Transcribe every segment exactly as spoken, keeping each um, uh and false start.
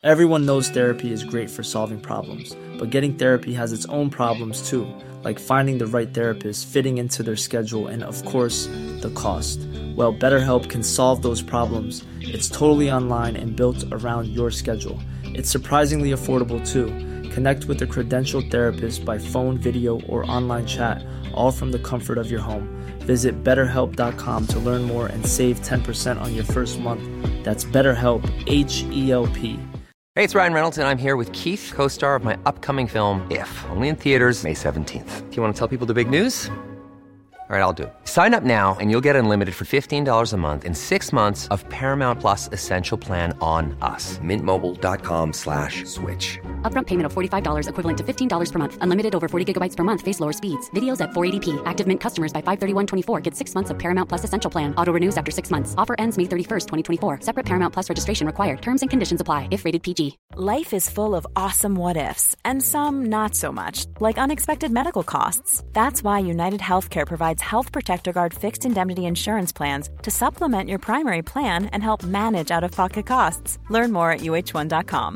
Everyone knows therapy is great for solving problems, but getting therapy has its own problems too, like finding the right therapist, fitting into their schedule, and of course, the cost. Well, BetterHelp can solve those problems. It's totally online and built around your schedule. It's surprisingly affordable too. Connect with a credentialed therapist by phone, video, or online chat, all from the comfort of your home. Visit better help dot com to learn more and save ten percent on your first month. That's BetterHelp, H E L P. Hey, it's Ryan Reynolds, and I'm here with Keith, co-star of my upcoming film, If, only in theaters May seventeenth. Do you want to tell people the big news? All right, I'll do it. Sign up now and you'll get unlimited for fifteen dollars a month and six months of Paramount Plus Essential Plan on us. Mint Mobile dot com slash switch. Upfront payment of forty-five dollars equivalent to fifteen dollars per month. Unlimited over forty gigabytes per month. Face lower speeds. Videos at four eighty p. Active Mint customers by five thirty-one twenty-four get six months of Paramount Plus Essential Plan. Auto renews after six months. Offer ends May thirty-first, twenty twenty-four. Separate Paramount Plus registration required. Terms and conditions apply if rated P G. Life is full of awesome what-ifs and some not so much, like unexpected medical costs. That's why United Healthcare provides Health Protector Guard fixed indemnity insurance plans to supplement your primary plan and help manage out-of-pocket costs. Learn more at u h one dot com.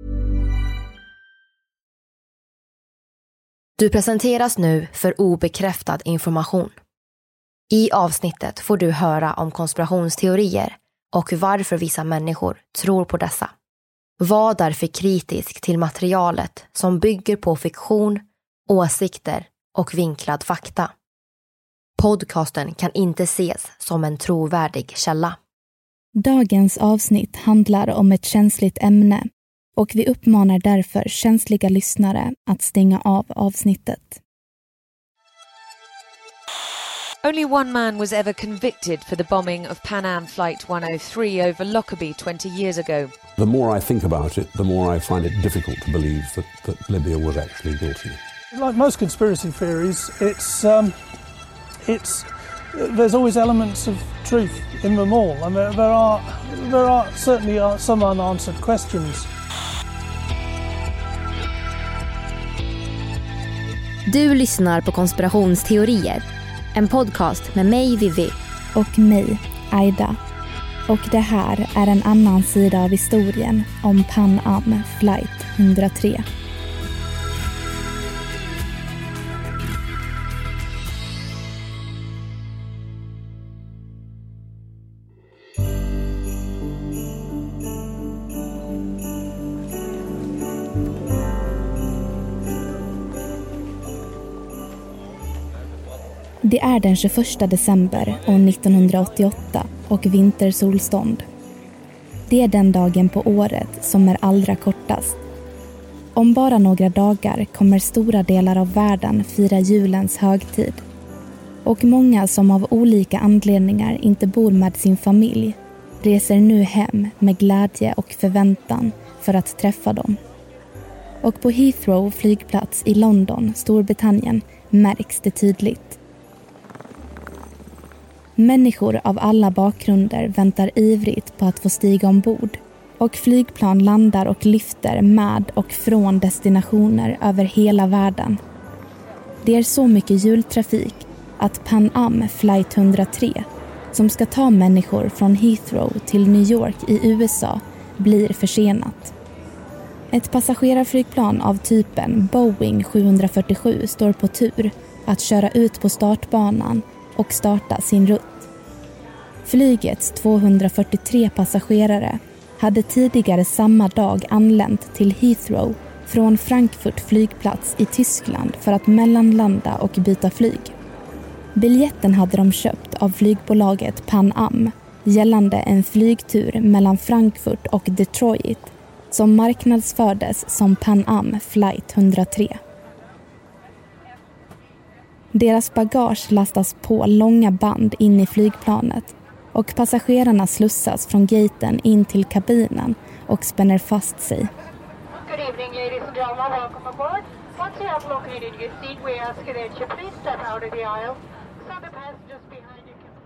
Du presenteras nu för obekräftad information. I avsnittet får du höra om konspirationsteorier och varför vissa människor tror på dessa. Var därför kritisk till materialet som bygger på fiktion, åsikter och vinklad fakta. Podcasten kan inte ses som en trovärdig källa. Dagens avsnitt handlar om ett känsligt ämne och vi uppmanar därför känsliga lyssnare att stänga av avsnittet. Only one man was ever convicted for the bombing of Pan Am Flight one oh three over Lockerbie twenty years ago. The more I think about it, the more I find it difficult to believe that, that Libya was actually guilty. Like most conspiracy theories, it's um, it's there's always elements of truth in them all, and there, there are there are certainly are some unanswered questions. Du lyssnar på konspirationsteorier, en podcast med mig Vivi och mig Aida. Och det här är en annan sida av historien om Pan Am Flight one oh three. Det är den tjugoförsta december år nittonhundraåttioåtta och vintersolstånd. Det är den dagen på året som är allra kortast. Om bara några dagar kommer stora delar av världen fira julens högtid. Och många som av olika anledningar inte bor med sin familj reser nu hem med glädje och förväntan för att träffa dem. Och på Heathrow flygplats i London, Storbritannien, märks det tydligt. Människor av alla bakgrunder väntar ivrigt på att få stiga ombord och flygplan landar och lyfter med och från destinationer över hela världen. Det är så mycket jultrafik att Pan Am Flight one oh three, som ska ta människor från Heathrow till New York i U S A, blir försenat. Ett passagerarflygplan av typen Boeing sju fyrtiosju står på tur att köra ut på startbanan och starta sin rutt. Flygets tvåhundrafyrtiotre passagerare hade tidigare samma dag anlänt till Heathrow från Frankfurt flygplats i Tyskland för att mellanlanda och byta flyg. Biljetten hade de köpt av flygbolaget Pan Am gällande en flygtur mellan Frankfurt och Detroit som marknadsfördes som Pan Am Flight one oh three. Deras bagage lastas på långa band in i flygplanet och passagerarna slussas från gaten in till kabinen och spänner fast sig. Good evening, ladies and gentlemen. Welcome aboard. Once you have located your seat, we ask that you please step out of the aisle so the passengers behind you can...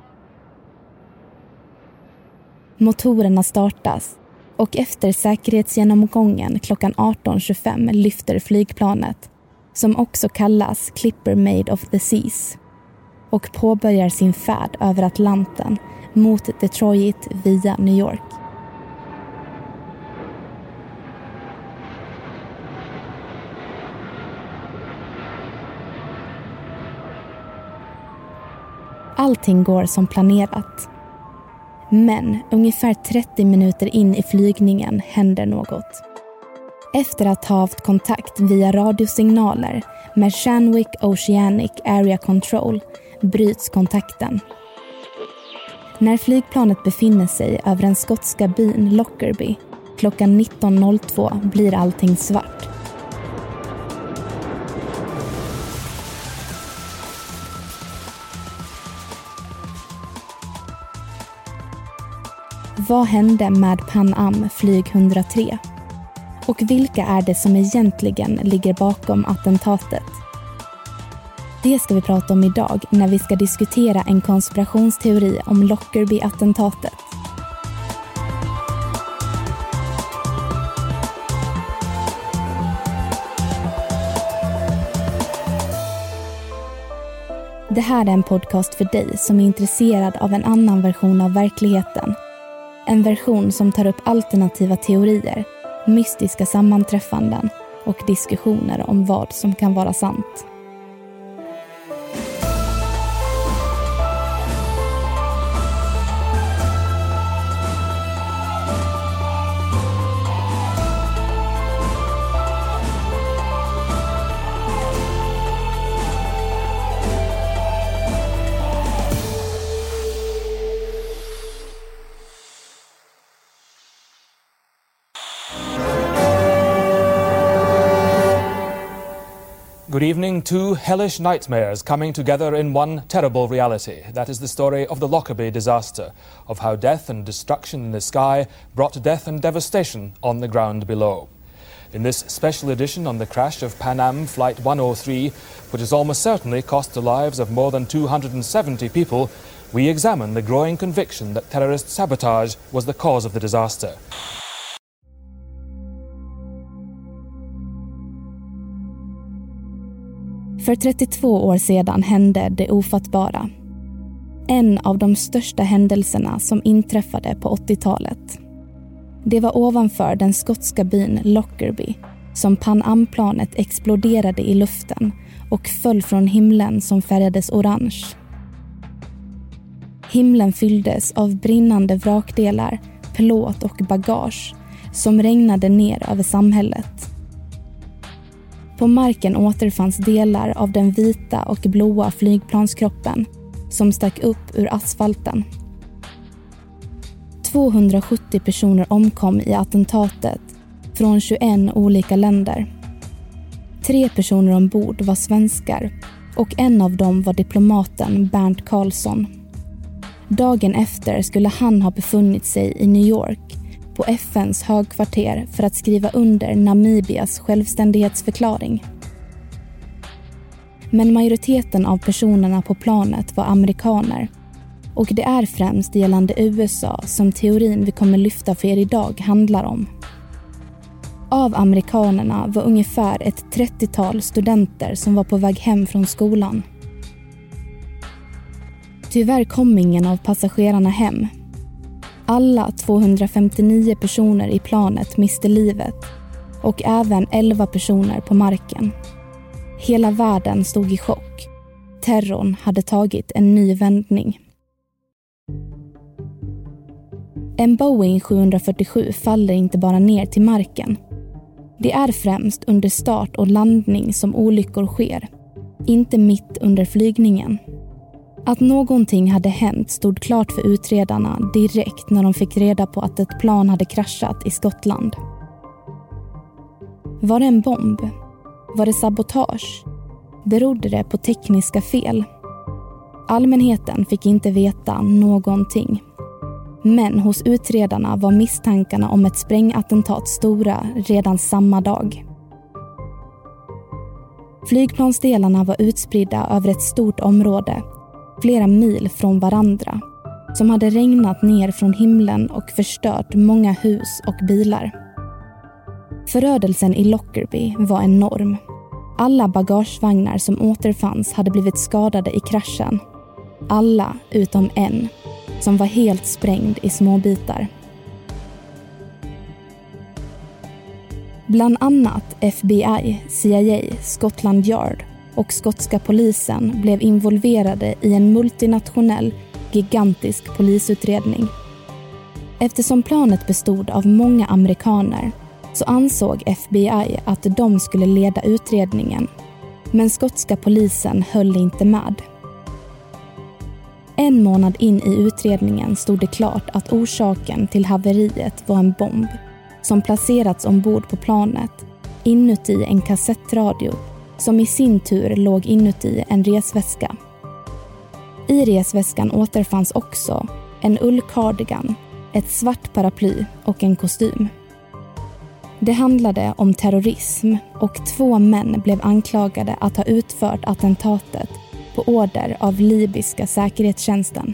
Motorerna startas och efter säkerhetsgenomgången klockan arton tjugofem lyfter flygplanet, som också kallas Clipper Made of the Seas, och påbörjar sin färd över Atlanten mot Detroit via New York. Allting går som planerat. Men ungefär trettio minuter in i flygningen händer något. Efter att ha haft kontakt via radiosignaler med Shanwick Oceanic Area Control bryts kontakten. När flygplanet befinner sig över den skotska byn Lockerbie klockan nitton noll två blir allting svart. Vad hände med Pan Am flyg ett noll tre? Och vilka är det som egentligen ligger bakom attentatet? Det ska vi prata om idag när vi ska diskutera en konspirationsteori om Lockerbie-attentatet. Det här är en podcast för dig som är intresserad av en annan version av verkligheten. En version som tar upp alternativa teorier, mystiska sammanträffanden och diskussioner om vad som kan vara sant. Good evening. Two hellish nightmares coming together in one terrible reality. That is the story of the Lockerbie disaster, of how death and destruction in the sky brought death and devastation on the ground below. In this special edition on the crash of Pan Am Flight one oh three, which has almost certainly cost the lives of more than two hundred seventy people, we examine the growing conviction that terrorist sabotage was the cause of the disaster. För trettiotvå år sedan hände det ofattbara. En av de största händelserna som inträffade på åttiotalet. Det var ovanför den skotska byn Lockerbie som Pan Am-planet exploderade i luften och föll från himlen som färgades orange. Himlen fylldes av brinnande vrakdelar, plåt och bagage som regnade ner över samhället. På marken återfanns delar av den vita och blåa flygplanskroppen som stack upp ur asfalten. tvåhundrasjuttio personer omkom i attentatet från tjugoett olika länder. Tre personer ombord var svenskar och en av dem var diplomaten Bernt Karlsson. Dagen efter skulle han ha befunnit sig i New York på F N:s högkvarter för att skriva under Namibias självständighetsförklaring. Men majoriteten av personerna på planet var amerikaner och det är främst gällande U S A som teorin vi kommer lyfta för er idag handlar om. Av amerikanerna var ungefär ett trettiotal studenter som var på väg hem från skolan. Tyvärr kom ingen av passagerarna hem. Alla tvåhundrafemtionio personer i planet miste livet och även elva personer på marken. Hela världen stod i chock. Terrorn hade tagit en ny vändning. En Boeing sjuhundrafyrtiosju faller inte bara ner till marken. Det är främst under start och landning som olyckor sker, inte mitt under flygningen. Att någonting hade hänt stod klart för utredarna direkt när de fick reda på att ett plan hade kraschat i Skottland. Var det en bomb? Var det sabotage? Berodde det på tekniska fel? Allmänheten fick inte veta någonting. Men hos utredarna var misstankarna om ett sprängattentat stora redan samma dag. Flygplansdelarna var utspridda över ett stort område, flera mil från varandra, som hade regnat ner från himlen och förstört många hus och bilar. Förödelsen i Lockerbie var enorm. Alla bagagevagnar som återfanns hade blivit skadade i kraschen. Alla utom en, som var helt sprängd i små bitar. Bland annat F B I, C I A, Scotland Yard och skotska polisen blev involverade i en multinationell, gigantisk polisutredning. Eftersom planet bestod av många amerikaner så ansåg F B I att de skulle leda utredningen. Men skotska polisen höll inte med. En månad in i utredningen stod det klart att orsaken till haveriet var en bomb som placerats ombord på planet inuti en kassettradio som i sin tur låg inuti en resväska. I resväskan återfanns också en ullcardigan, ett svart paraply och en kostym. Det handlade om terrorism och två män blev anklagade att ha utfört attentatet på order av libyska säkerhetstjänsten.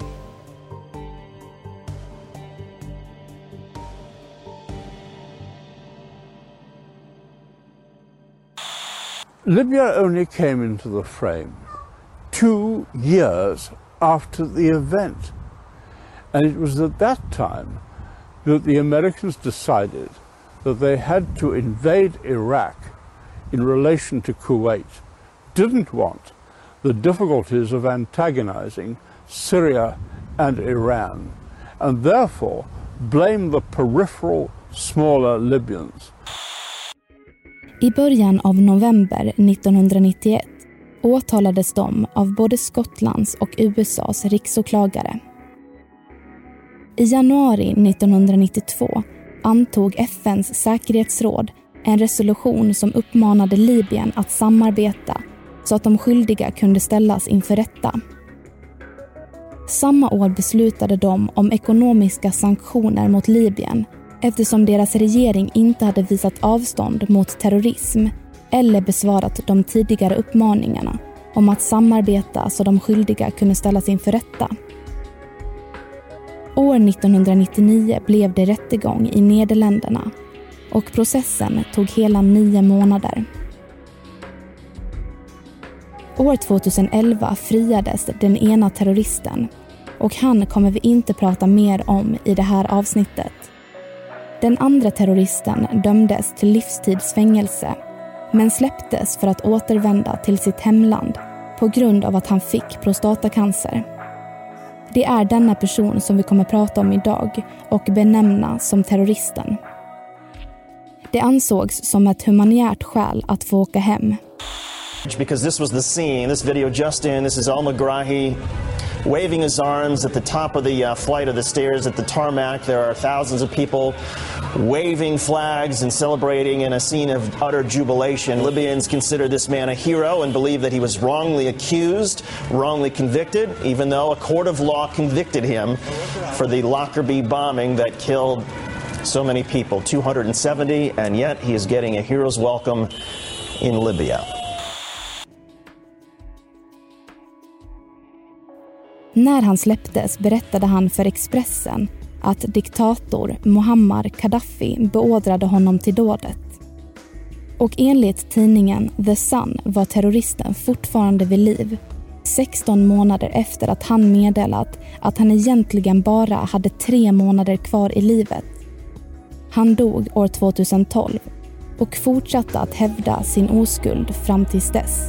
Libya only came into the frame two years after the event. And it was at that time that the Americans decided that they had to invade Iraq in relation to Kuwait, didn't want the difficulties of antagonizing Syria and Iran, and therefore blamed the peripheral, smaller Libyans. I början av november nittonhundranittioett åtalades de av både Skottlands och U S A:s riksåklagare. I januari nittonhundranittiotvå antog F N:s säkerhetsråd en resolution som uppmanade Libyen att samarbeta så att de skyldiga kunde ställas inför rätta. Samma år beslutade de om ekonomiska sanktioner mot Libyen eftersom deras regering inte hade visat avstånd mot terrorism eller besvarat de tidigare uppmaningarna om att samarbeta så de skyldiga kunde ställas inför rätta. År nittonhundranittionio blev det rättegång i Nederländerna och processen tog hela nio månader. År tjugoelva friades den ena terroristen och han kommer vi inte prata mer om i det här avsnittet. Den andra terroristen dömdes till livstidsfängelse men släpptes för att återvända till sitt hemland på grund av att han fick prostatacancer. Det är denna person som vi kommer prata om idag och benämna som terroristen. Det ansågs som ett humanitärt skäl att få åka hem. Because this was the scene, this video just in, this is Al-Megrahi waving his arms at the top of the uh, flight of the stairs at the tarmac. There are thousands of people waving flags and celebrating in a scene of utter jubilation. Libyans consider this man a hero and believe that he was wrongly accused, wrongly convicted, even though a court of law convicted him for the Lockerbie bombing that killed so many people, two hundred seventy, and yet he is getting a hero's welcome in Libya. När han släpptes berättade han för Expressen att diktator Muammar Gaddafi beordrade honom till dådet. Och enligt tidningen The Sun var terroristen fortfarande vid liv, sexton månader efter att han meddelat att han egentligen bara hade tre månader kvar i livet. Han dog år tjugotolv och fortsatte att hävda sin oskuld fram tills dess.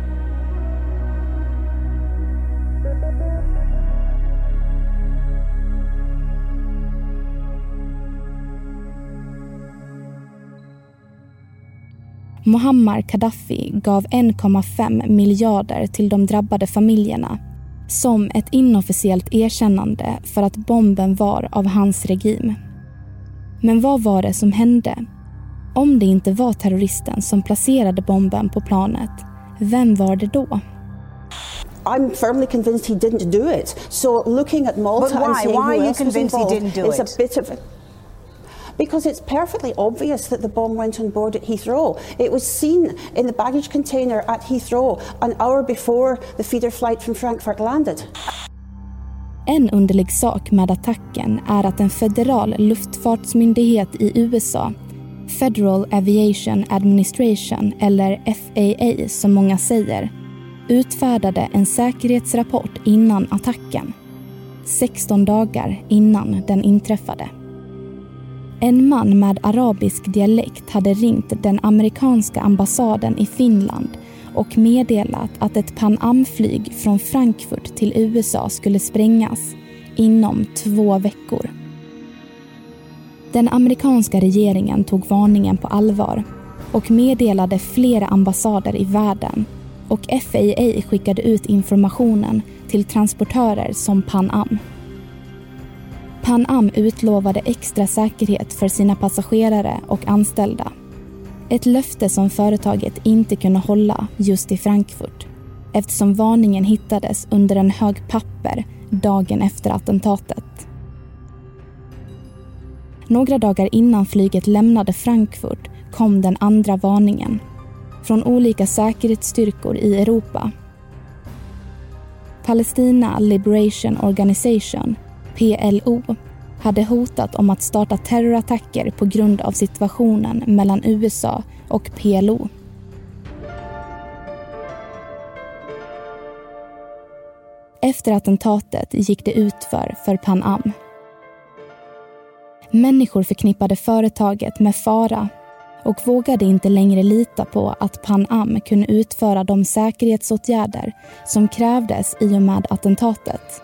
Muammar Gaddafi gav en komma fem miljarder till de drabbade familjerna som ett inofficiellt erkännande för att bomben var av hans regim. Men vad var det som hände? Om det inte var terroristen som placerade bomben på planet, vem var det då? I'm firmly convinced he didn't do it. So looking at Malta But why? and saying Why are who you else was convinced he involved didn't do is a it? bit of a... Because it's perfectly obvious that the bomb went on board at Heathrow. It was seen in the baggage container at Heathrow an hour before the feeder flight from Frankfurt landed. En underlig sak med attacken är att en federal luftfartsmyndighet i U S A, Federal Aviation Administration eller F A A som många säger, utfärdade en säkerhetsrapport innan attacken, sexton dagar innan den inträffade. En man med arabisk dialekt hade ringt den amerikanska ambassaden i Finland och meddelat att ett Pan Am-flyg från Frankfurt till U S A skulle sprängas inom två veckor. Den amerikanska regeringen tog varningen på allvar och meddelade flera ambassader i världen, och F A A skickade ut informationen till transportörer som Pan Am. Pan Am utlovade extra säkerhet för sina passagerare och anställda. Ett löfte som företaget inte kunde hålla just i Frankfurt, eftersom varningen hittades under en hög papper dagen efter attentatet. Några dagar innan flyget lämnade Frankfurt kom den andra varningen från olika säkerhetsstyrkor i Europa. Palestina Liberation Organization, P L O, hade hotat om att starta terrorattacker på grund av situationen mellan U S A och P L O. Efter attentatet gick det utför för Pan Am. Människor förknippade företaget med fara och vågade inte längre lita på att Pan Am kunde utföra de säkerhetsåtgärder som krävdes i och med attentatet.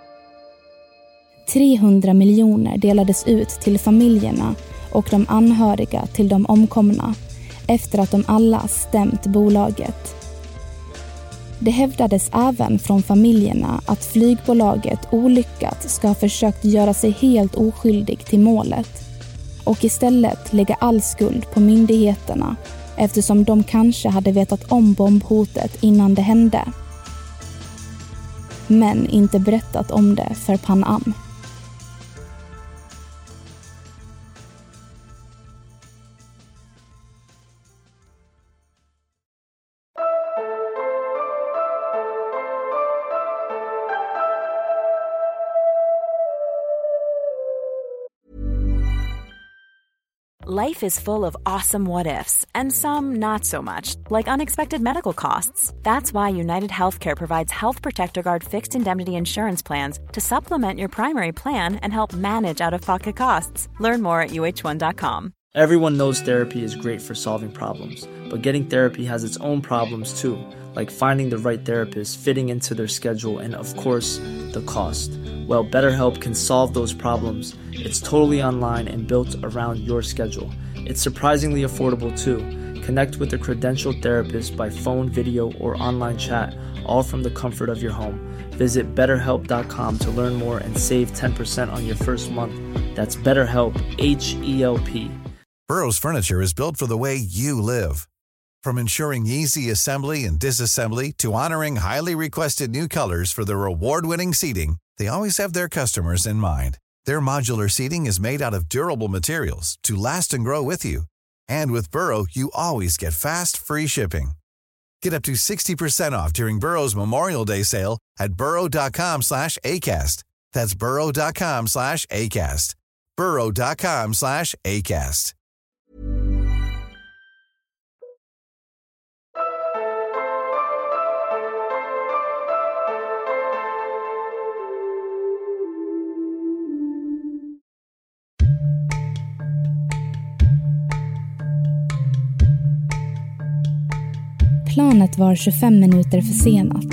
trehundra miljoner delades ut till familjerna och de anhöriga till de omkomna efter att de alla stämt bolaget. Det hävdades även från familjerna att flygbolaget olyckat ska ha försökt göra sig helt oskyldig till målet och istället lägga all skuld på myndigheterna eftersom de kanske hade vetat om bombhotet innan det hände. Men inte berättat om det för Pan Am. Life is full of awesome what-ifs, and some not so much, like unexpected medical costs. That's why United Healthcare provides Health Protector Guard fixed indemnity insurance plans to supplement your primary plan and help manage out-of-pocket costs. Learn more at U H one dot com. Everyone knows therapy is great for solving problems, but getting therapy has its own problems too, like finding the right therapist, fitting into their schedule, and of course, the cost. Well, BetterHelp can solve those problems. It's totally online and built around your schedule. It's surprisingly affordable too. Connect with a credentialed therapist by phone, video, or online chat, all from the comfort of your home. Visit better help dot com to learn more and save ten percent on your first month. That's BetterHelp, H E L P. Burrow's furniture is built for the way you live. From ensuring easy assembly and disassembly to honoring highly requested new colors for their award-winning seating, they always have their customers in mind. Their modular seating is made out of durable materials to last and grow with you. And with Burrow, you always get fast, free shipping. Get up to sixty percent off during Burrow's Memorial Day sale at burrow dot com slash ACAST. That's burrow dot com slash ACAST. burrow dot com slash ACAST. Planet var tjugofem minuter försenat.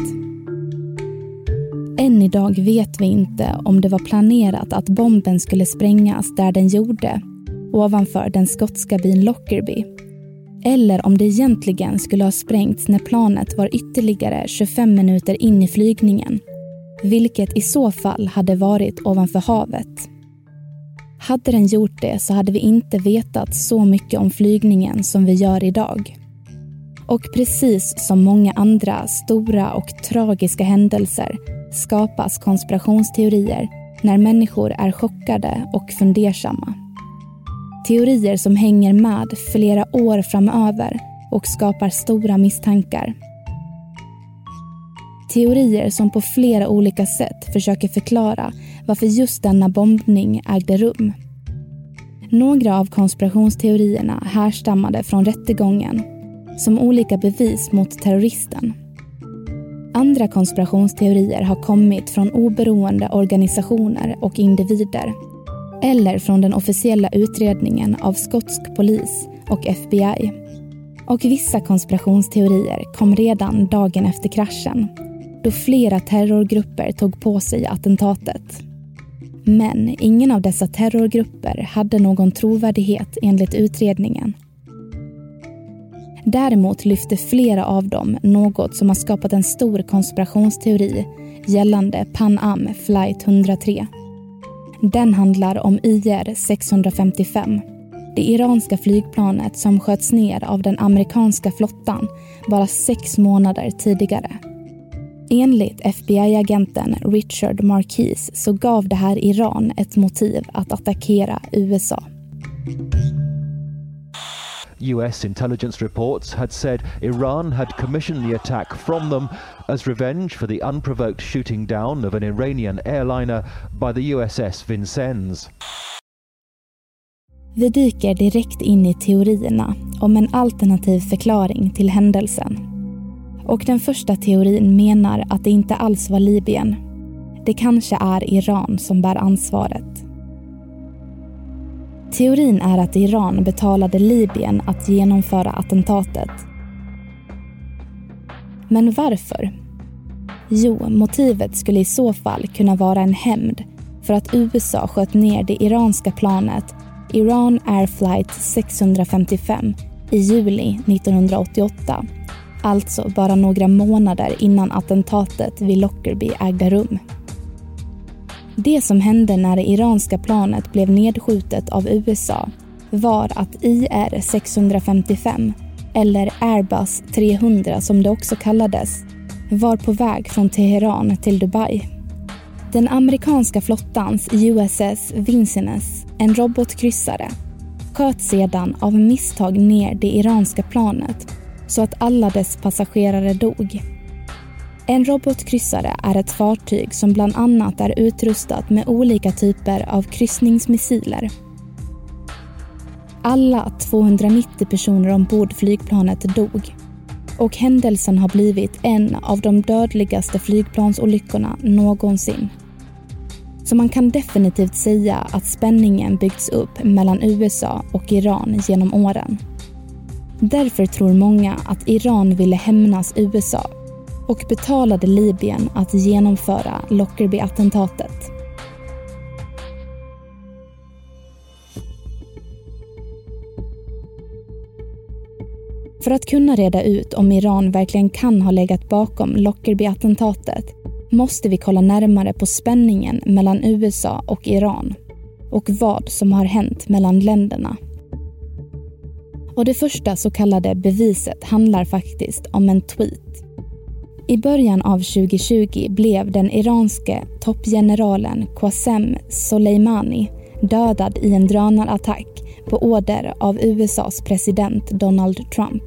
Än idag vet vi inte om det var planerat att bomben skulle sprängas där den gjorde, ovanför den skotska byn Lockerbie, eller om det egentligen skulle ha sprängts när planet var ytterligare tjugofem minuter in i flygningen, vilket i så fall hade varit ovanför havet. Hade den gjort det så hade vi inte vetat så mycket om flygningen som vi gör idag. Och precis som många andra stora och tragiska händelser skapas konspirationsteorier när människor är chockade och fundersamma. Teorier som hänger med flera år framöver och skapar stora misstankar. Teorier som på flera olika sätt försöker förklara varför just denna bombning ägde rum. Några av konspirationsteorierna härstammade från rättegången som olika bevis mot terroristen. Andra konspirationsteorier har kommit från oberoende organisationer och individer eller från den officiella utredningen av skotsk polis och F B I. Och vissa konspirationsteorier kom redan dagen efter kraschen, då flera terrorgrupper tog på sig attentatet. Men ingen av dessa terrorgrupper hade någon trovärdighet enligt utredningen. Däremot lyfte flera av dem något som har skapat en stor konspirationsteori gällande Pan Am Flight hundratre. Den handlar om I R sexhundrafemtiofem, det iranska flygplanet som sköts ner av den amerikanska flottan bara sex månader tidigare. Enligt F B I-agenten Richard Marquis så gav det här Iran ett motiv att attackera U S A. U S intelligence reports had said Iran had commissioned the attack from them as revenge for the unprovoked shooting down of an Iranian airliner by the U S S Vincennes. Vi dyker direkt in i teorierna om en alternativ förklaring till händelsen. Och den första teorin menar att det inte alls var Libyen. Det kanske är Iran som bär ansvaret. Teorin är att Iran betalade Libyen att genomföra attentatet. Men varför? Jo, motivet skulle i så fall kunna vara en hämnd för att U S A sköt ner det iranska planet Iran Air Flight sexhundrafemtiofem i juli nittonhundraåttioåtta. Alltså bara några månader innan attentatet vid Lockerbie ägde rum. Det som hände när det iranska planet blev nedskjutet av U S A var att I R sexhundrafemtiofem, eller Airbus trehundra som det också kallades, var på väg från Teheran till Dubai. Den amerikanska flottans U S S Vincennes, en robotkryssare, sköt sedan av misstag ner det iranska planet så att alla dess passagerare dog. En robotkryssare är ett fartyg som bland annat är utrustat med olika typer av kryssningsmissiler. Alla tvåhundranittio personer ombord flygplanet dog, och händelsen har blivit en av de dödligaste flygplansolyckorna någonsin. Så man kan definitivt säga att spänningen byggts upp mellan U S A och Iran genom åren. Därför tror många att Iran ville hämnas U S A och betalade Libyen att genomföra Lockerbie-attentatet. För att kunna reda ut om Iran verkligen kan ha legat bakom Lockerbie-attentatet måste vi kolla närmare på spänningen mellan U S A och Iran och vad som har hänt mellan länderna. Och det första så kallade beviset handlar faktiskt om en tweet. I början av tjugohundratjugo blev den iranske toppgeneralen Qasem Soleimani dödad i en drönarattack på order av U S A:s president Donald Trump.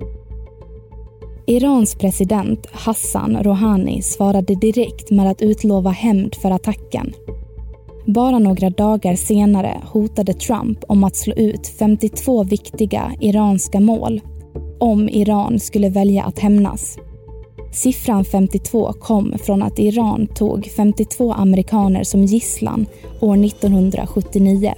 Irans president Hassan Rouhani svarade direkt med att utlova hämnd för attacken. Bara några dagar senare hotade Trump om att slå ut femtiotvå viktiga iranska mål om Iran skulle välja att hämnas. Siffran femtiotvå kom från att Iran tog femtiotvå amerikaner som gisslan år nittonhundrasjuttionio.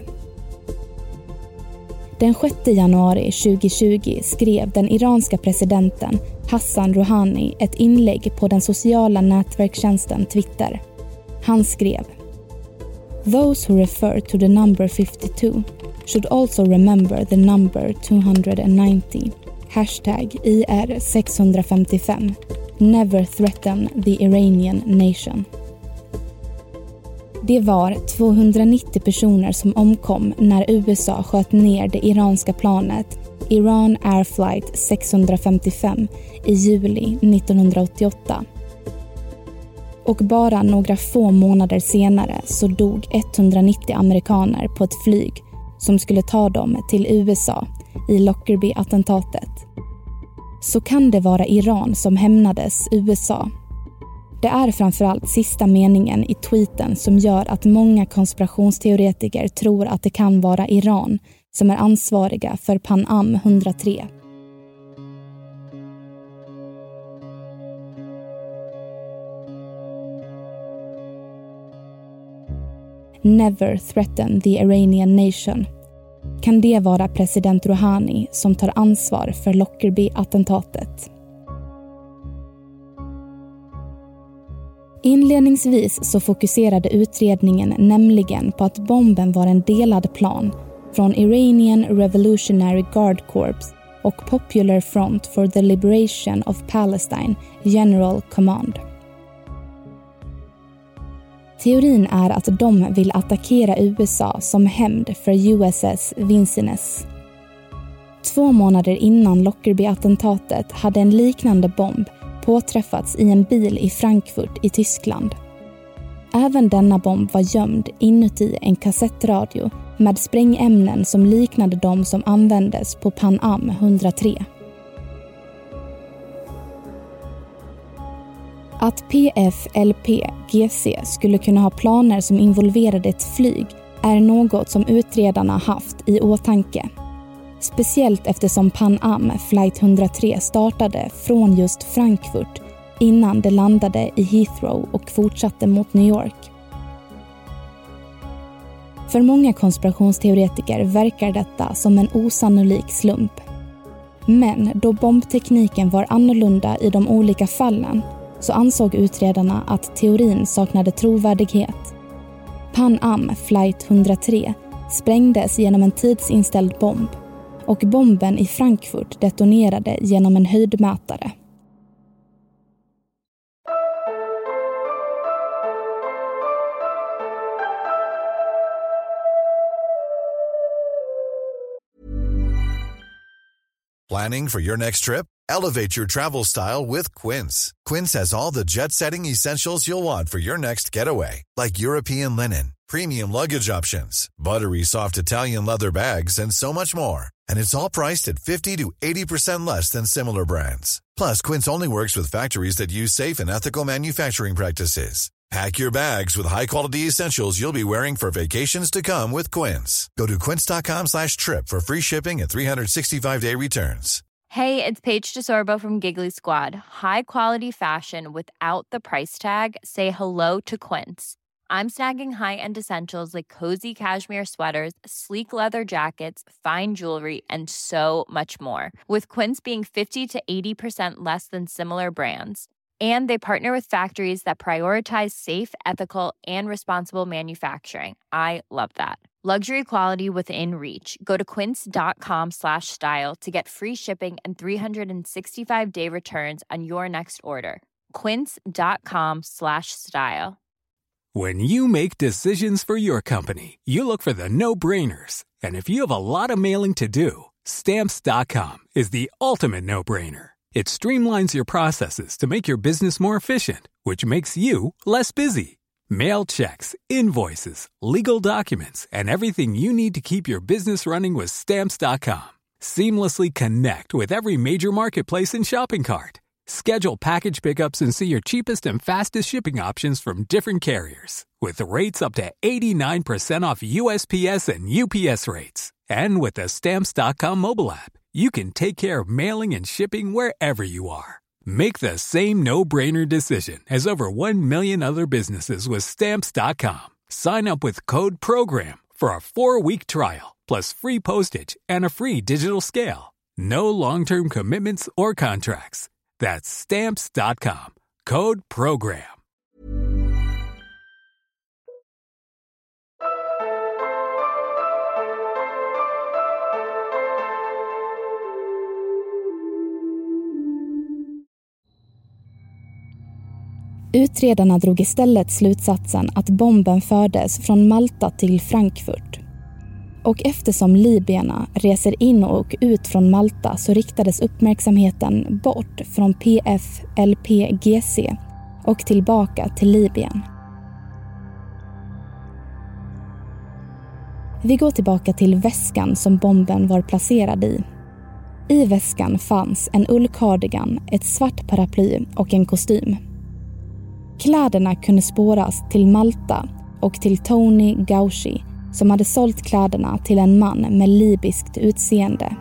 Den sjätte januari tjugohundratjugo skrev den iranska presidenten Hassan Rouhani ett inlägg på den sociala nätverkstjänsten Twitter. Han skrev: "Those who refer to the number fifty-two should also remember the number two ninety. Hashtag I R sexhundrafemtiofem. Never threaten the Iranian nation." Det var tvåhundranittio personer som omkom när U S A sköt ner det iranska planet Iran Air Flight sexhundrafemtiofem i juli nittonhundraåttioåtta. Och bara några få månader senare så dog etthundranittio amerikaner på ett flyg som skulle ta dem till U S A i Lockerbie-attentatet. Så kan det vara Iran som hämnades U S A. Det är framförallt sista meningen i tweeten som gör att många konspirationsteoretiker tror att det kan vara Iran som är ansvariga för Pan Am hundratre. Never threaten the Iranian nation. kan det vara president Rouhani som tar ansvar för Lockerbie-attentatet. Inledningsvis så fokuserade utredningen nämligen på att bomben var en delad plan från Iranian Revolutionary Guard Corps och Popular Front for the Liberation of Palestine General Command. Teorin är att de vill attackera U S A som hämnd för U S S Vincennes. Två månader innan Lockerbie-attentatet hade en liknande bomb påträffats i en bil i Frankfurt i Tyskland. Även denna bomb var gömd inuti en kassettradio med sprängämnen som liknade de som användes på Pan Am ett hundra tre. Att P F L P G C skulle kunna ha planer som involverade ett flyg är något som utredarna haft i åtanke. Speciellt eftersom Pan Am Flight ett hundra tre startade från just Frankfurt innan det landade i Heathrow och fortsatte mot New York. För många konspirationsteoretiker verkar detta som en osannolik slump. Men då bombtekniken var annorlunda i de olika fallen så ansåg utredarna att teorin saknade trovärdighet. Pan Am Flight ett hundra tre sprängdes genom en tidsinställd bomb och bomben i Frankfurt detonerade genom en höjdmätare. Planning for your next trip? Elevate your travel style with Quince. Quince has all the jet-setting essentials you'll want for your next getaway, like European linen, premium luggage options, buttery soft Italian leather bags, and so much more. And it's all priced at fifty to eighty percent less than similar brands. Plus, Quince only works with factories that use safe and ethical manufacturing practices. Pack your bags with high-quality essentials you'll be wearing for vacations to come with Quince. Go to quince.com slash trip for free shipping and three sixty-five day returns. Hey, it's Paige DeSorbo from Giggly Squad. High quality fashion without the price tag. Say hello to Quince. I'm snagging high-end essentials like cozy cashmere sweaters, sleek leather jackets, fine jewelry, and so much more. With Quince being fifty to eighty percent less than similar brands. And they partner with factories that prioritize safe, ethical, and responsible manufacturing. I love that. Luxury quality within reach. Go to quince.com slash style to get free shipping and three sixty-five day returns on your next order. Quince.com slash style. When you make decisions for your company, you look for the no-brainers. And if you have a lot of mailing to do, Stamps dot com is the ultimate no-brainer. It streamlines your processes to make your business more efficient, which makes you less busy. Mail checks, invoices, legal documents, and everything you need to keep your business running with Stamps dot com. Seamlessly connect with every major marketplace and shopping cart. Schedule package pickups and see your cheapest and fastest shipping options from different carriers. With rates up to eighty-nine percent off U S P S and U P S rates. And with the Stamps dot com mobile app, you can take care of mailing and shipping wherever you are. Make the same no-brainer decision as over one million other businesses with Stamps dot com. Sign up with code PROGRAM for a four-week trial, plus free postage and a free digital scale. No long-term commitments or contracts. That's Stamps dot com. Code PROGRAM. Utredarna drog istället slutsatsen att bomben fördes från Malta till Frankfurt. Och eftersom libyerna reser in och ut från Malta så riktades uppmärksamheten bort från P F L P G C och tillbaka till Libyen. Vi går tillbaka till väskan som bomben var placerad i. I väskan fanns en ullcardigan, ett svart paraply och en kostym. Kläderna kunde spåras till Malta och till Tony Gauchi som hade sålt kläderna till en man med libyskt utseende.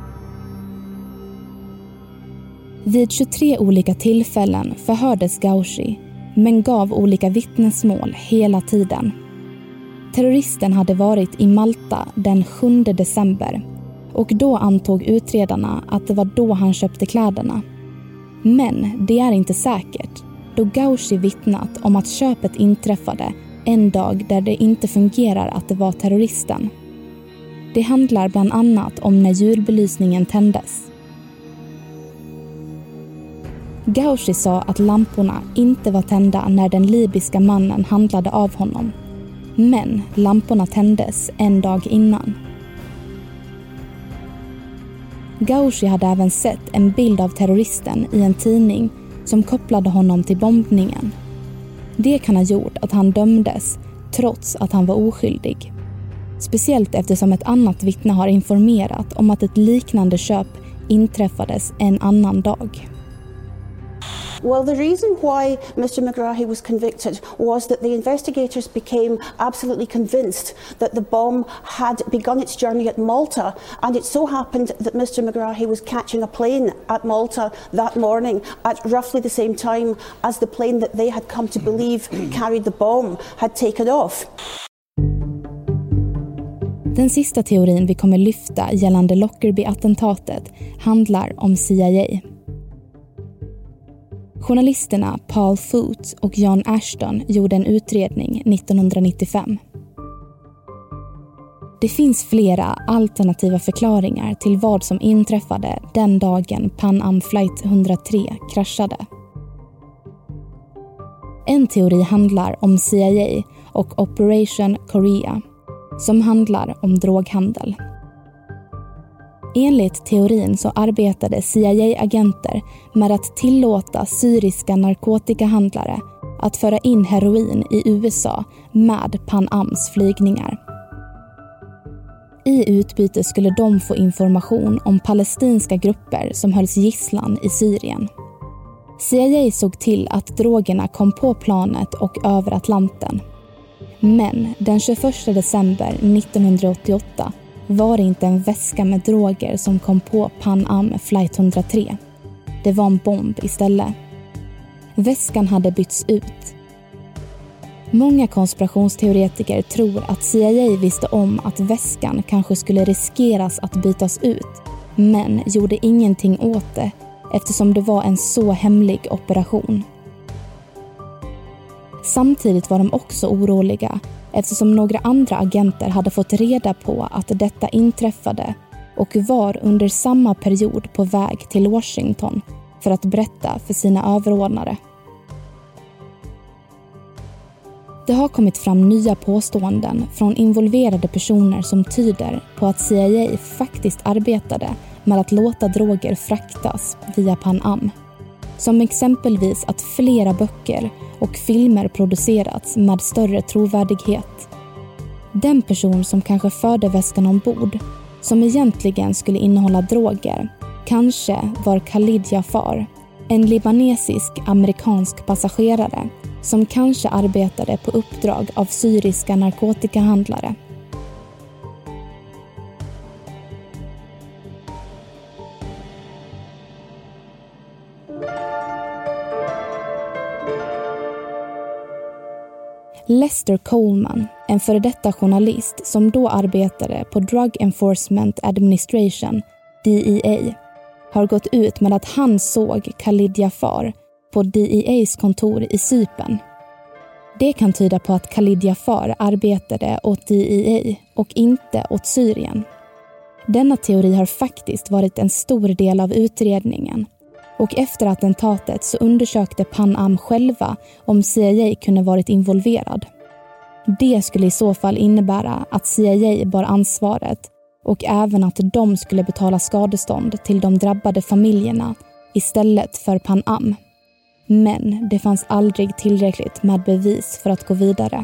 Vid tjugotre olika tillfällen förhördes Gauchi men gav olika vittnesmål hela tiden. Terroristen hade varit i Malta den sjunde december och då antog utredarna att det var då han köpte kläderna. Men det är inte säkert, då Gauchi vittnat om att köpet inträffade en dag där det inte fungerar att det var terroristen. Det handlar bland annat om när julbelysningen tändes. Gauchi sa att lamporna inte var tända när den libyska mannen handlade av honom. Men lamporna tändes en dag innan. Gauchi hade även sett en bild av terroristen i en tidning som kopplade honom till bombningen. Det kan ha gjort att han dömdes trots att han var oskyldig. Speciellt eftersom ett annat vittne har informerat om att ett liknande köp inträffades en annan dag. Well, the reason why Mister Megrahi was convicted was that the investigators became absolutely convinced that the bomb had begun its journey at Malta, and it so happened that Mister Megrahi was catching a plane at Malta that morning at roughly the same time as the plane that they had come to believe carried the bomb had taken off. Den sista teorin vi kommer lyfta gällande Lockerbie-attentatet handlar om C I A. Journalisterna Paul Foot och John Ashton gjorde en utredning nittonhundranittiofem. Det finns flera alternativa förklaringar till vad som inträffade den dagen Pan Am Flight ett noll tre kraschade. En teori handlar om C I A och Operation Korea, som handlar om droghandel. Enligt teorin så arbetade C I A-agenter med att tillåta syriska narkotikahandlare att föra in heroin i U S A med Pan Ams flygningar. I utbyte skulle de få information om palestinska grupper som hölls gisslan i Syrien. C I A såg till att drogerna kom på planet och över Atlanten. Men den tjugoförsta december nittonhundraåttioåtta var det inte en väska med droger som kom på Pan Am Flight ett noll tre. Det var en bomb istället. Väskan hade bytts ut. Många konspirationsteoretiker tror att C I A visste om att väskan kanske skulle riskeras att bytas ut, men gjorde ingenting åt det eftersom det var en så hemlig operation. Samtidigt var de också oroliga eftersom några andra agenter hade fått reda på att detta inträffade och var under samma period på väg till Washington för att berätta för sina överordnade. Det har kommit fram nya påståenden från involverade personer som tyder på att C I A faktiskt arbetade med att låta droger fraktas via Pan Am. Som exempelvis att flera böcker och filmer producerats med större trovärdighet. Den person som kanske förde väskan ombord, som egentligen skulle innehålla droger, kanske var Khalid Jafar, en libanesisk-amerikansk passagerare som kanske arbetade på uppdrag av syriska narkotikahandlare. Lester Coleman, en före detta journalist som då arbetade på Drug Enforcement Administration, D E A, har gått ut med att han såg Khalid Jafar på D E A:s kontor i Cypern. Det kan tyda på att Khalid Jafar arbetade åt D E A och inte åt Syrien. Denna teori har faktiskt varit en stor del av utredningen. Och efter attentatet så undersökte Pan Am själva om C I A kunde varit involverad. Det skulle i så fall innebära att C I A bar ansvaret och även att de skulle betala skadestånd till de drabbade familjerna istället för Pan Am. Men det fanns aldrig tillräckligt med bevis för att gå vidare.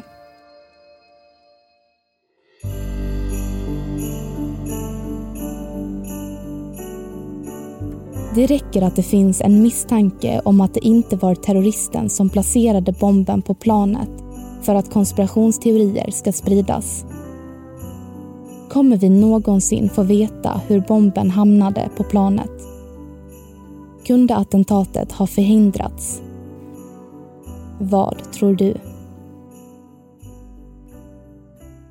Det räcker att det finns en misstanke om att det inte var terroristen som placerade bomben på planet för att konspirationsteorier ska spridas. Kommer vi någonsin få veta hur bomben hamnade på planet? Kunde attentatet ha förhindrats? Vad tror du?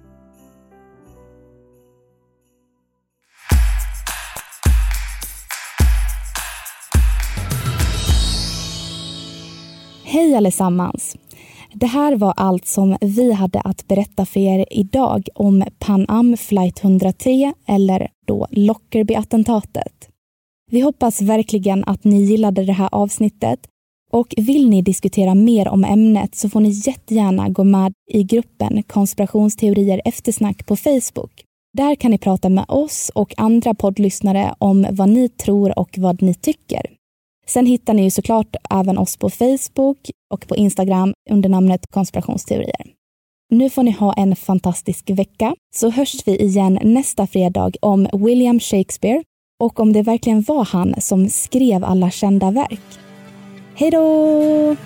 Hej allesammans! Det här var allt som vi hade att berätta för er idag om Pan Am Flight ett noll tre eller då Lockerbie-attentatet. Vi hoppas verkligen att ni gillade det här avsnittet och vill ni diskutera mer om ämnet så får ni jättegärna gå med i gruppen Konspirationsteorier eftersnack på Facebook. Där kan ni prata med oss och andra poddlyssnare om vad ni tror och vad ni tycker. Sen hittar ni ju såklart även oss på Facebook och på Instagram under namnet Konspirationsteorier. Nu får ni ha en fantastisk vecka, så hörs vi igen nästa fredag om William Shakespeare och om det verkligen var han som skrev alla kända verk. Hej då!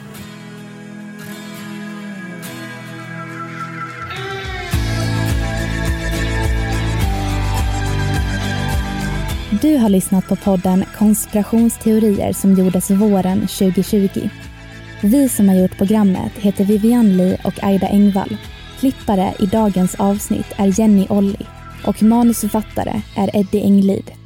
Du har lyssnat på podden Konspirationsteorier som gjordes våren tjugo tjugo. Vi som har gjort programmet heter Vivian Lee och Aida Engvall. Klippare i dagens avsnitt är Jenny Olli och manusförfattare är Eddie Englid.